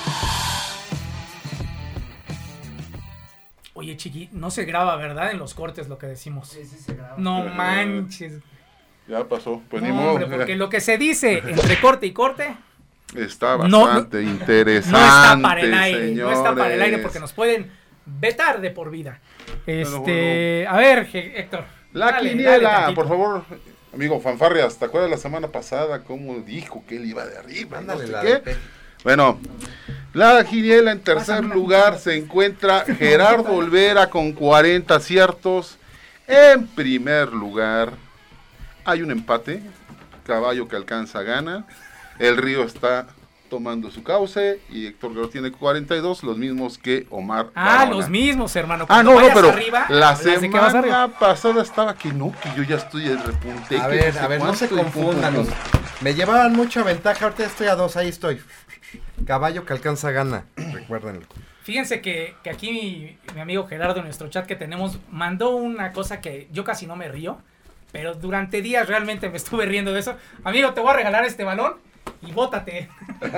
Oye, Chiqui, no se graba, ¿verdad? En los cortes lo que decimos. Sí, sí se graba. No manches. Ya pasó, pues No, ni modo. hombre, porque lo que se dice entre corte y corte Está No, bastante interesante. no está para el aire. señores. No está para el aire porque nos pueden vetar de por vida. Este, bueno. a ver, G- Héctor. La dale, quiniela, dale por favor. Amigo Fanfarrias, ¿te acuerdas la semana pasada cómo dijo que él iba de arriba? Ándale, no sé la qué? de Pe- Bueno, la quiniela en tercer Pásame una lugar cuchara. se encuentra Gerardo Olvera con cuarenta aciertos. En primer lugar hay un empate, caballo que alcanza gana. El Río está tomando su cauce y Héctor Guerrero tiene cuarenta y dos, los mismos que Omar Ah, Barona. los mismos, hermano. Ah, Cuando no, no, vayas pero arriba, la hablas de que vas arriba. semana pasada estaba que no, que yo ya estoy en repunte. A que ver, sé a ver, no se cuánto y pum, confundan. pum, pum. Me llevaban mucha ventaja, ahorita estoy a dos, ahí estoy. Caballo que alcanza gana, recuérdenlo. Fíjense que, que aquí mi, mi amigo Gerardo en nuestro chat que tenemos mandó una cosa que yo casi no me río, pero durante días realmente me estuve riendo de eso. Amigo, te voy a regalar este balón y bótate.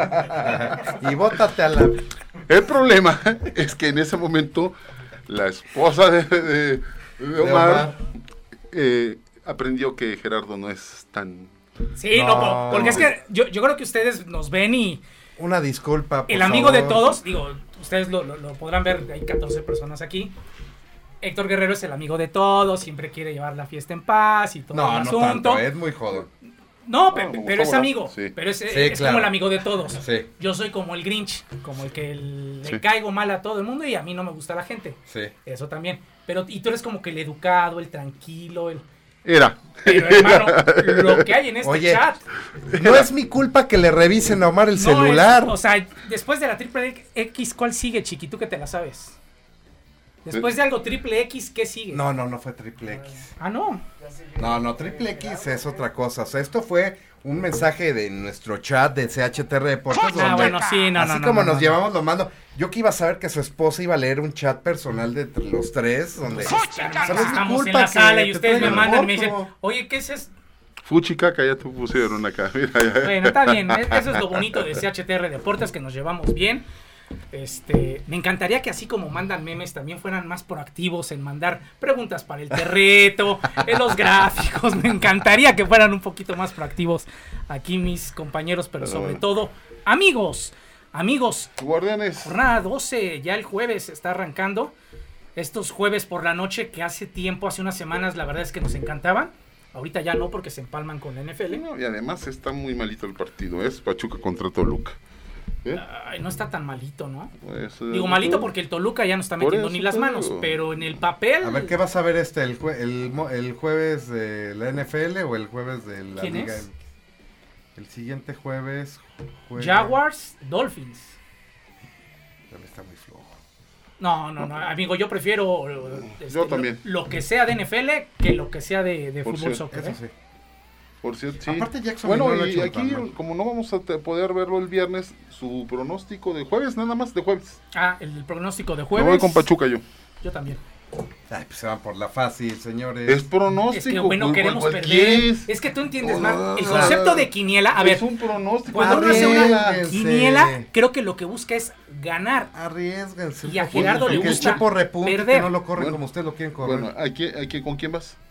Y bótate a la... El problema es que en ese momento la esposa de, de- de Omar, Omar. eh, aprendió que Gerardo no es tan... Sí, no, No. po- porque es que yo, yo creo que ustedes nos ven y Una disculpa, por el amigo de favor. todos, digo, ustedes lo, lo- lo podrán ver, hay catorce personas aquí. Héctor Guerrero es el amigo de todos, siempre quiere llevar la fiesta en paz y todo No, el no asunto. tanto, es muy jodón. No, pe- No, me pero gustó, es amigo, sí. pero es, Sí, es claro. como el amigo de todos. Sí, Yo soy como el Grinch, como el que el- le Sí. caigo mal a todo el mundo y a mí no me gusta la gente. sí. Eso también. Pero y tú eres como que el educado, el tranquilo, el... Era. Pero hermano, lo que hay en este Oye, chat. No es mi culpa que le revisen a Omar el no celular. es- o sea, después de la triple X, ¿cuál sigue, Chiqui? Tú que te la sabes. Después de algo triple X, ¿qué sigue? No, no, no fue triple X. Ah, no. No, no, triple X es otra cosa. O sea, esto fue un mensaje de nuestro chat de C H T R Deportes. Ah, donde, bueno, sí, no, así no, no, como no, nos no, llevamos no. lo mando. Yo que iba a saber que su esposa iba a leer un chat personal de entre los tres, donde... Sí, estamos en la sala y ustedes me mandan y me dicen, oye, ¿qué es eso? Fuchicaca, ya te pusieron acá. Mira, ya. Bueno, está bien. Eso es lo bonito de C H T R Deportes, que nos llevamos bien. Este, me encantaría que así como mandan memes también fueran más proactivos en mandar preguntas para el terreto, en los gráficos. Me encantaría que fueran un poquito más proactivos aquí mis compañeros, pero sobre todo amigos, amigos. Guardianes. Jornada doce, ya el jueves está arrancando. Estos jueves por la noche que hace tiempo, hace unas semanas, la verdad es que nos encantaban. Ahorita ya no, porque se empalman con la N F L. No, y además está muy malito el partido, es Pachuca contra Toluca. ¿Eh? Ay, no está tan malito, ¿no? Pues, eh, Digo malito porque el Toluca ya no está metiendo ni las manos, digo. pero en el papel... A ver, ¿qué vas a ver este? ¿El, jue el, el jueves de la N F L o el jueves de la ¿Quién Liga? es? El, el siguiente jueves... Juega... Jaguars, Dolphins. También está muy flojo. No, no, no, amigo, yo prefiero este, yo también. Lo, lo que sea de N F L que lo que sea de, de Por fútbol cierto, soccer. Eso ¿eh? sí. Por cierto, sí. Aparte Jackson bueno, no lo ha y hecho aquí, tan mal. como no vamos a te- poder verlo el viernes, su pronóstico de jueves, nada más de jueves. Ah, el, el pronóstico de Me jueves. voy con Pachuca yo. Yo también. Ay, pues se van por la fácil, señores. Es pronóstico. Es que bueno, cual- queremos cual- perder. cualquier- Es que tú entiendes Oh, más. El no, concepto no. de quiniela, a ver, Es un pronóstico. cuando uno hace una Arriésguense. quiniela, creo que lo que busca es ganar. Arriésguense. Y a un poco, Gerardo le porque gusta el Chepo repunte, perder. que no lo corren Bueno, como ustedes lo quieren correr. Bueno, aquí, aquí, ¿con quién vas?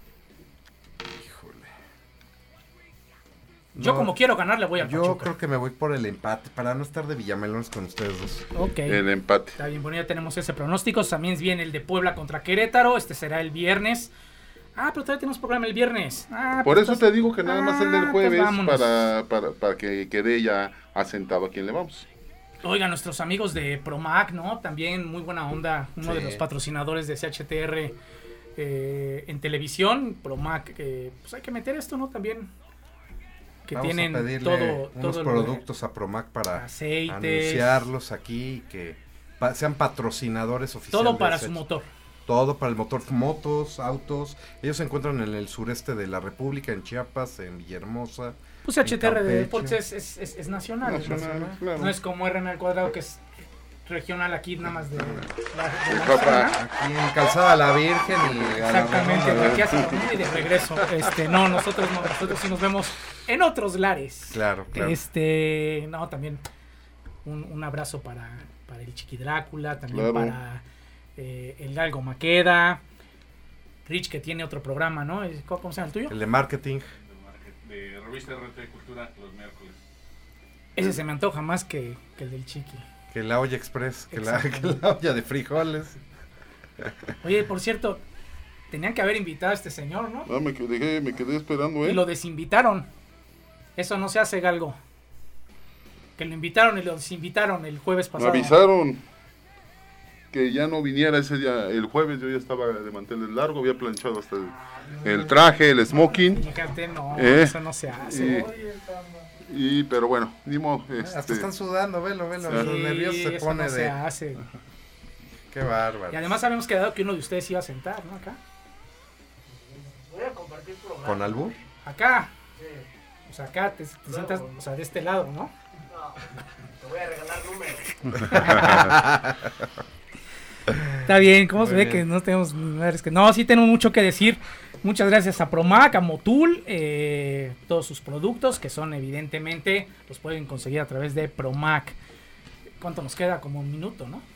Yo No, como quiero ganar le voy a Yo Pachuca. creo que me voy por el empate, para no estar de villamelones con ustedes dos. Ok. El empate. Está bien, bueno, ya tenemos ese pronóstico. También viene el de Puebla contra Querétaro. Este será el viernes. Ah, pero todavía tenemos programa el viernes. Ah, Por pues eso entonces- te digo que nada más el Ah, del pues jueves vámonos. para, para, para que quede ya asentado a quién le vamos. Oigan, nuestros amigos de Promac, ¿no? También muy buena onda. Uno Sí. de los patrocinadores de C H T R eh, en televisión. Promac, eh, pues hay que meter esto, ¿no? También. Que Vamos tienen a pedirle todo, unos todo productos a Promac para aceites. anunciarlos aquí, que pa- sean patrocinadores oficiales. Todo para de su H- motor. Todo para el motor, motos, autos. Ellos se encuentran en el sureste de la República, en Chiapas, en Villahermosa. Pues H T R en de Campeche. Deportes es, es, es, es nacional. es Nacional, nacional. claro. No es como R N al cuadrado que es regional aquí nada más de la, de la Papá. zona. Aquí en Calzada La Virgen y a la Exactamente, Redonda. de aquí hacia Coahuila y de regreso. Este, no, nosotros no, nosotros sí nos vemos en otros lares. Claro, claro. Este, no, también un, un abrazo para, para el Chiqui Drácula, también Claro. para eh, el Galgo Maqueda, Rich que tiene otro programa, ¿no? ¿Cómo, cómo se llama el tuyo? El de marketing. De revista R T Cultura los miércoles. Ese se me antoja más que, que el del Chiqui. Que la olla express, que la, que Exactamente. la olla de frijoles. Oye, por cierto, tenían que haber invitado a este señor, ¿no? No, me quedé, me quedé esperando, ¿eh? Y lo desinvitaron. Eso no se hace, Galgo. Que lo invitaron y lo desinvitaron el jueves Me pasado. avisaron que ya no viniera ese día, el jueves yo ya estaba de manteles largo, había planchado hasta el, el traje, el smoking. Fíjate, no, Eh, eso no se hace. Y, y pero bueno, ni modo, Hasta este, están sudando, velo, velo. Sí, los nerviosos se eso pone no de. se hace. Qué bárbaro. Y además habíamos quedado que uno de ustedes iba a sentar, ¿no? Acá. ¿Con albur? Acá. O sea, acá te, te sientas, o sea, de este lado, ¿no? Te voy a regalar números. Está bien, ¿cómo Muy se ve bien. que no tenemos madres que no, sí tenemos mucho que decir. Muchas gracias a Promac, a Motul, eh, todos sus productos que son evidentemente los pueden conseguir a través de Promac. ¿Cuánto nos queda? Como un minuto, ¿no?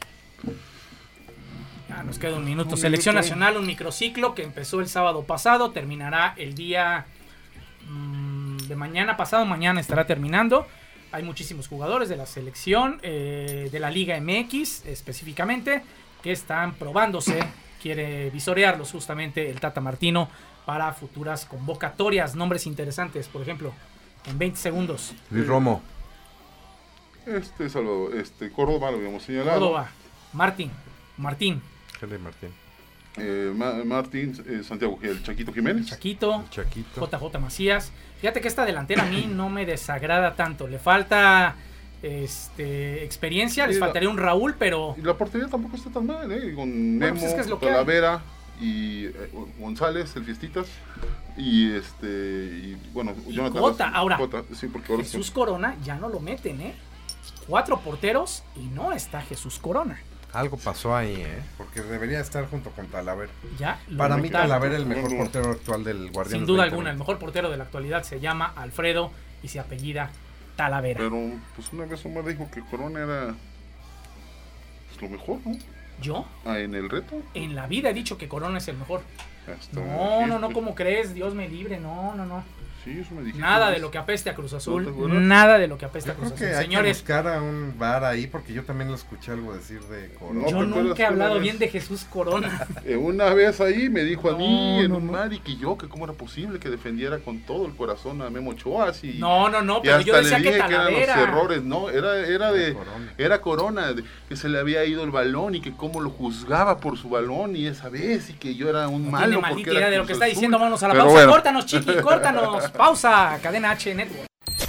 Ya nos queda un minuto. Un Selección minuto. Nacional, un microciclo que empezó el sábado pasado, terminará el día mm, de mañana pasado, mañana estará terminando. Hay muchísimos jugadores de la selección, eh, de la Liga M X específicamente, que están probándose, quiere visorearlos justamente el Tata Martino para futuras convocatorias, nombres interesantes, por ejemplo, en veinte segundos. Luis Romo. este Salvador, este Córdoba lo habíamos señalado. Córdoba, Martín, Martín, Gele Martín. Eh, Ma- Martín, eh, Santiago, el Chaquito Jiménez. Chaquito, Chaquito. J J Macías. Fíjate que esta delantera a mí no me desagrada tanto. Le falta este, experiencia, les Sí, la- faltaría un Raúl, pero... Y la portería tampoco está tan mal, ¿eh? Con Bueno, Memo, pues es que es lo que hay. Talavera y eh, González, el Fiestitas. Y este, y bueno, Y Jonathan Cota, Rossi, ahora, Cota, sí, porque ahora Jesús sí. Corona ya no lo meten, ¿eh? Cuatro porteros y no está Jesús Corona. Algo pasó ahí, ¿eh? Porque debería estar junto con Talavera. Ya lo Para mí metaron. Talavera el mejor portero actual del Guardián. Sin duda alguna, el mejor portero de la actualidad se llama Alfredo y se apellida Talavera. Pero pues una vez Omar dijo que Corona era pues, lo mejor, ¿no? ¿Yo? Ah, en el reto. En la vida he dicho que Corona es el mejor. Hasta No, no, no, dijiste. ¿cómo crees? Dios me libre, no, no, no. Sí, eso me dijiste. Nada de lo que apeste a Cruz Azul, ¿No te acuerdas? nada de lo que apeste Yo a Cruz creo Azul. que hay Señores, que buscar a un bar ahí porque yo también lo escuché algo decir de Corona. yo nunca he hablado bien de Jesús Corona. Eh, una vez ahí me dijo a No, mí en no, un no. mar y que yo, que cómo era posible que defendiera con todo el corazón a Memo Ochoa. Así, No, no, no, y pero yo hasta decía le que dije que eran Talavera. los errores, no, era, era de, Corona. era Corona, de- que se le había ido el balón y que cómo lo juzgaba por su balón y esa vez y que yo era un No malo tiene porque maldita era idea de lo Cruz que está Azul. diciendo. Vámonos a la Pero pausa. bueno. Córtanos, Chiqui, córtanos. Pausa, Cadena H Network.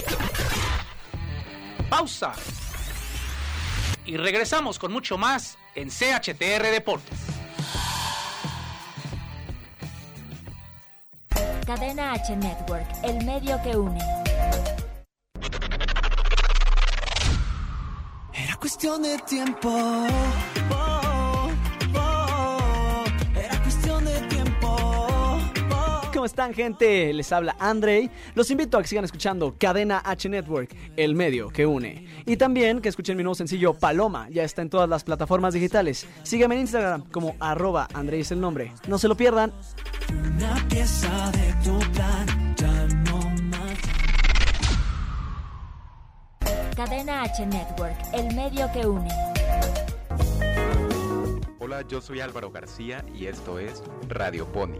Pausa. Y regresamos con mucho más en C H T R Deportes. Cadena H Network, el medio que une. Era cuestión de tiempo. Oh, oh, era cuestión de tiempo. Oh. ¿Cómo están, gente? Les habla Andrei. Los invito a que sigan escuchando Cadena H Network, el medio que une. Y también que escuchen mi nuevo sencillo Paloma. Ya está en todas las plataformas digitales. Síganme en Instagram como arroba Andrei es el nombre. No se lo pierdan. Una pieza de tu plan, ya no más. Cadena H Network, el medio que une. Hola, yo soy Álvaro García y esto es Radio Pony.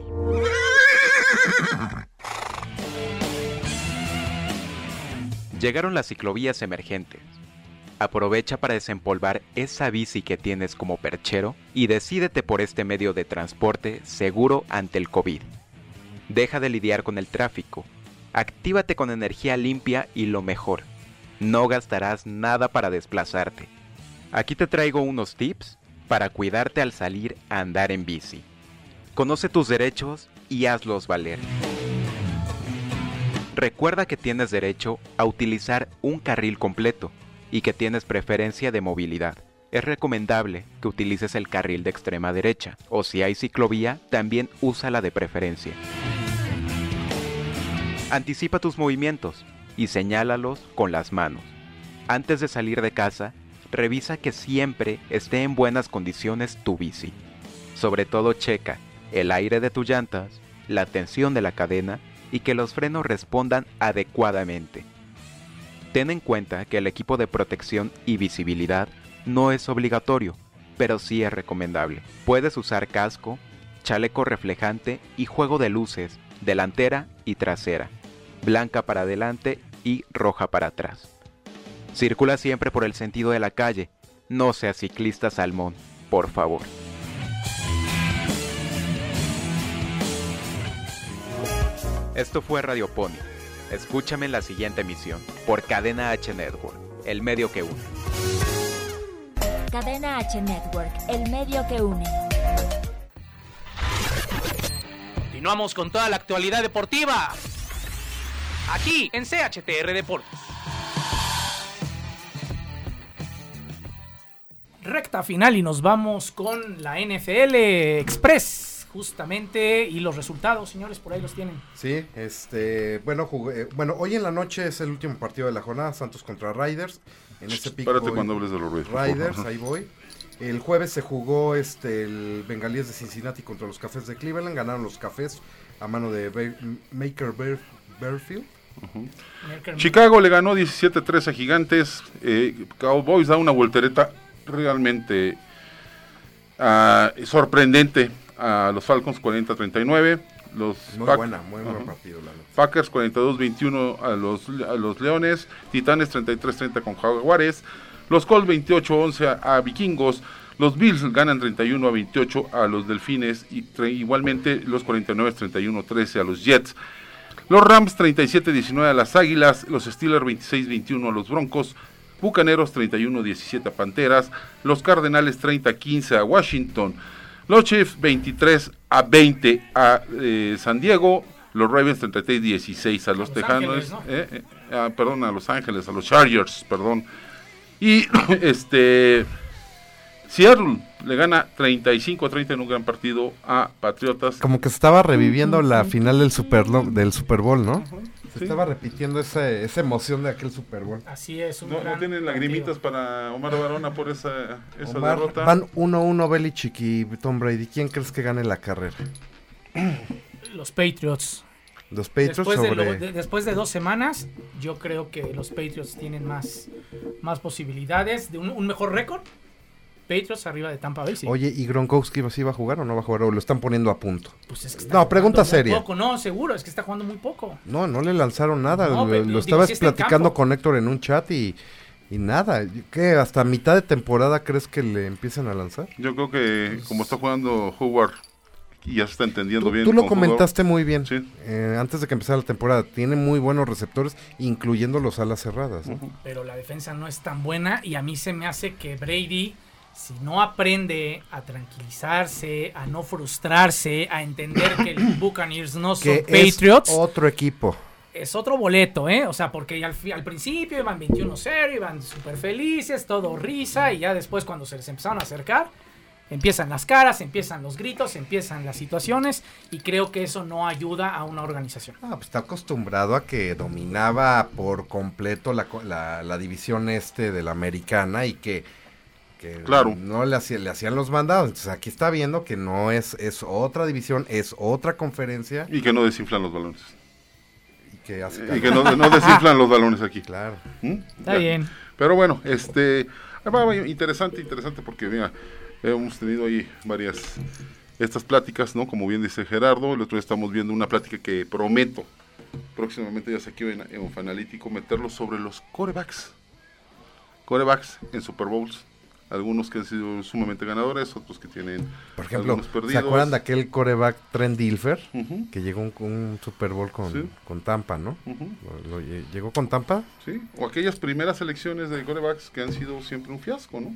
Llegaron las ciclovías emergentes. Aprovecha para desempolvar esa bici que tienes como perchero y decídete por este medio de transporte seguro ante el COVID. Deja de lidiar con el tráfico. Actívate con energía limpia y lo mejor, no gastarás nada para desplazarte. Aquí te traigo unos tips para cuidarte al salir a andar en bici. Conoce tus derechos y hazlos valer. Recuerda que tienes derecho a utilizar un carril completo y que tienes preferencia de movilidad. Es recomendable que utilices el carril de extrema derecha, o si hay ciclovía, también úsala de preferencia. Anticipa tus movimientos y señálalos con las manos. Antes de salir de casa, revisa que siempre esté en buenas condiciones tu bici. Sobre todo checa el aire de tus llantas, la tensión de la cadena y que los frenos respondan adecuadamente. Ten en cuenta que el equipo de protección y visibilidad no es obligatorio, pero sí es recomendable. Puedes usar casco, chaleco reflejante y juego de luces, delantera y trasera, blanca para adelante y roja para atrás. Circula siempre por el sentido de la calle, no seas ciclista salmón, por favor. Esto fue Radio Pony. Escúchame en la siguiente emisión por Cadena H Network, el medio que une. Cadena H Network, el medio que une. Continuamos con toda la actualidad deportiva. Aquí en C H T R Deportes. Recta final y nos vamos con la N F L Express. Justamente, y los resultados, señores, por ahí los tienen. Sí, este, bueno, jugué, bueno, hoy en la noche es el último partido de la jornada, Santos contra Raiders. En ese pico. Espérate cuando hables de los Raiders. Raiders, ahí voy. El jueves se jugó este el Bengalíes de Cincinnati contra los Cafés de Cleveland, ganaron los Cafés a mano de Be- Maker Bear- Bearfield. Uh-huh. Chicago le ganó diecisiete tres a Gigantes. eh, Cowboys da una voltereta realmente uh, sorprendente a los Falcons cuarenta a treinta y nueve. Los Muy Pac- buena, muy buen uh-huh. partido. La neta. Packers cuarenta y dos veintiuno a los, a los Leones. Titanes treinta y tres treinta con Jaguares. Los Colts veintiocho once a, a Vikingos. Los Bills ganan treinta y uno a veintiocho a los Delfines. Y tre- igualmente los cuarenta y nueve treinta y uno trece a los Jets. Los Rams treinta y siete diecinueve a las Águilas. Los Steelers veintiséis veintiuno a los Broncos. Bucaneros treinta y uno a diecisiete a Panteras, los Cardenales treinta a quince a Washington, los Chiefs veintitrés a veinte a eh, San Diego, los Ravens treinta y tres a dieciséis a los, los Tejanos, Ángeles, ¿no? eh, eh, ah, perdón, a Los Ángeles, a los Chargers, perdón, y este Seattle le gana treinta y cinco a treinta en un gran partido a Patriotas. Como que se estaba reviviendo uh-huh. la final del Super, del Super Bowl, ¿no? Uh-huh. Se sí. estaba repitiendo ese, esa emoción de aquel Super Bowl. Así es. Un no, gran ¿No tienen lagrimitas partido para Omar Barona por esa, esa Omar, derrota? Van uno uno Belichick y Tom Brady. ¿Quién crees que gane la carrera? Los Patriots. Los Patriots después, sobre... de lo, de, después de dos semanas, yo creo que los Patriots tienen más, más posibilidades de un, un mejor récord. Patriots arriba de Tampa Bay, sí. Oye, ¿y Gronkowski sí va a jugar o no va a jugar? ¿O lo están poniendo a punto? Pues es que está no, pregunta muy seria. Poco. No, seguro, es que está jugando muy poco. No, no le lanzaron nada. No, lo pero, lo digo, estabas sí está platicando con Héctor en un chat y, y nada. ¿Qué? ¿Hasta mitad de temporada crees que le empiezan a lanzar? Yo creo que pues, como está jugando Howard y ya se está entendiendo tú, bien. Tú lo comentaste jugador. muy bien. Sí. Eh, antes de que empezara la temporada, tiene muy buenos receptores, incluyendo los alas cerradas, ¿no? Uh-huh. Pero la defensa no es tan buena y a mí se me hace que Brady, si no aprende a tranquilizarse, a no frustrarse, a entender que los Buccaneers no son que Patriots. Es otro equipo. Es otro boleto, ¿eh? O sea, porque al, al principio iban veintiuno cero, iban súper felices, todo risa, y ya después cuando se les empezaron a acercar, empiezan las caras, empiezan los gritos, empiezan las situaciones, y creo que eso no ayuda a una organización. Ah, pues está acostumbrado a que dominaba por completo la, la, la división este de la americana y que, que claro. no le, hacía, le hacían los mandados. Entonces aquí está viendo que no es, es otra división, es otra conferencia. Y que no desinflan los balones. Y que, hace y que no, no desinflan los balones aquí. Claro. ¿Mm? Está ya. bien. Pero bueno, este, interesante, interesante porque mira, hemos tenido ahí varias estas pláticas, ¿no? Como bien dice Gerardo, el otro día estamos viendo una plática que prometo próximamente, ya sé aquí en, en Fanalítico, meterlo sobre los quarterbacks. Quarterbacks en Super Bowls. Algunos que han sido sumamente ganadores, otros que tienen por ejemplo, perdidos. ¿Se acuerdan de aquel quarterback Trent Dilfer? Uh-huh. Que llegó un, un Super Bowl con, sí. con Tampa, ¿no? Uh-huh. Lo, lo, ¿Llegó con Tampa? Sí, o aquellas primeras selecciones de quarterbacks que han sido siempre un fiasco, ¿no?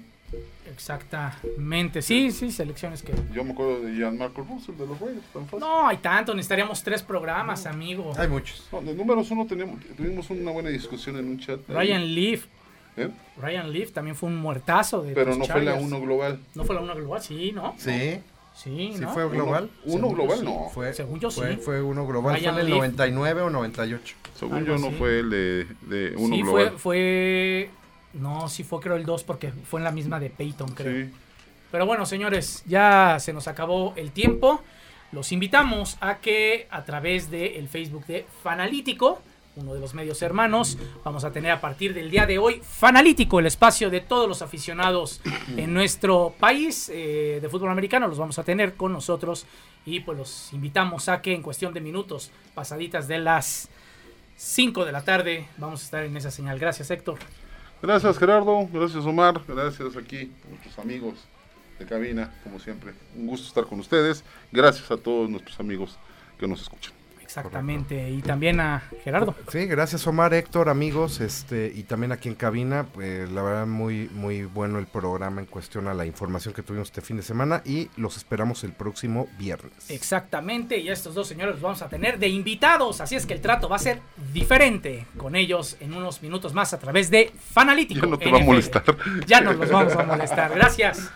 Exactamente, sí, sí, selecciones que... Yo me acuerdo de Gianmarco Russell de los Raiders, tan fácil. No, hay tanto, necesitaríamos tres programas, no. amigo. Hay muchos. No, de números uno tenemos, tuvimos una buena discusión en un chat. Ryan ahí. Leaf. ¿Eh? Ryan Leaf también fue un muertazo de Pero no Chargers. fue la uno global. No fue la uno global, sí, ¿no? Sí. Sí, ¿Sí ¿no? fue global? Uno, uno global, sí. no. Fue, Según yo, fue, sí. Fue uno global, Ryan fue en el Leaf. noventa y nueve o noventa y ocho. Según Algo yo no así. fue el de, de uno sí, global. fue, fue... No, sí fue creo el dos porque fue en la misma de Peyton, creo. Sí. Pero bueno, señores, ya se nos acabó el tiempo. Los invitamos a que a través del Facebook de Fanalítico, uno de los medios hermanos, vamos a tener a partir del día de hoy Fanalítico, el espacio de todos los aficionados en nuestro país eh, de fútbol americano. Los vamos a tener con nosotros y pues los invitamos a que en cuestión de minutos, pasaditas de las cinco de la tarde, vamos a estar en esa señal. Gracias, Héctor. Gracias, Gerardo. Gracias, Omar. Gracias aquí a nuestros amigos de cabina, como siempre. Un gusto estar con ustedes. Gracias a todos nuestros amigos que nos escuchan. Exactamente, correcto. Y también a Gerardo. Sí, gracias Omar, Héctor, amigos, este y también aquí en cabina, pues la verdad muy muy bueno el programa en cuestión a la información que tuvimos este fin de semana y los esperamos el próximo viernes. Exactamente, y a estos dos señores los vamos a tener de invitados, así es que el trato va a ser diferente con ellos en unos minutos más a través de Fanalítico. Ya no te N F L. va a molestar. Ya nos los vamos a molestar, gracias.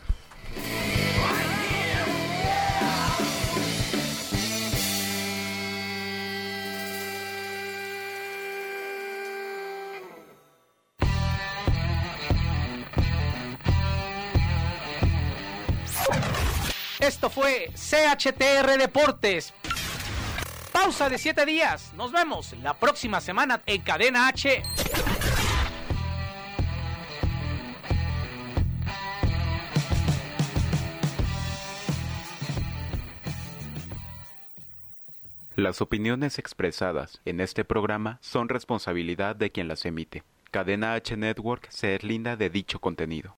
Esto fue C H T R Deportes. Pausa de siete días. Nos vemos la próxima semana en Cadena H. Las opiniones expresadas en este programa son responsabilidad de quien las emite. Cadena H Network se deslinda de dicho contenido.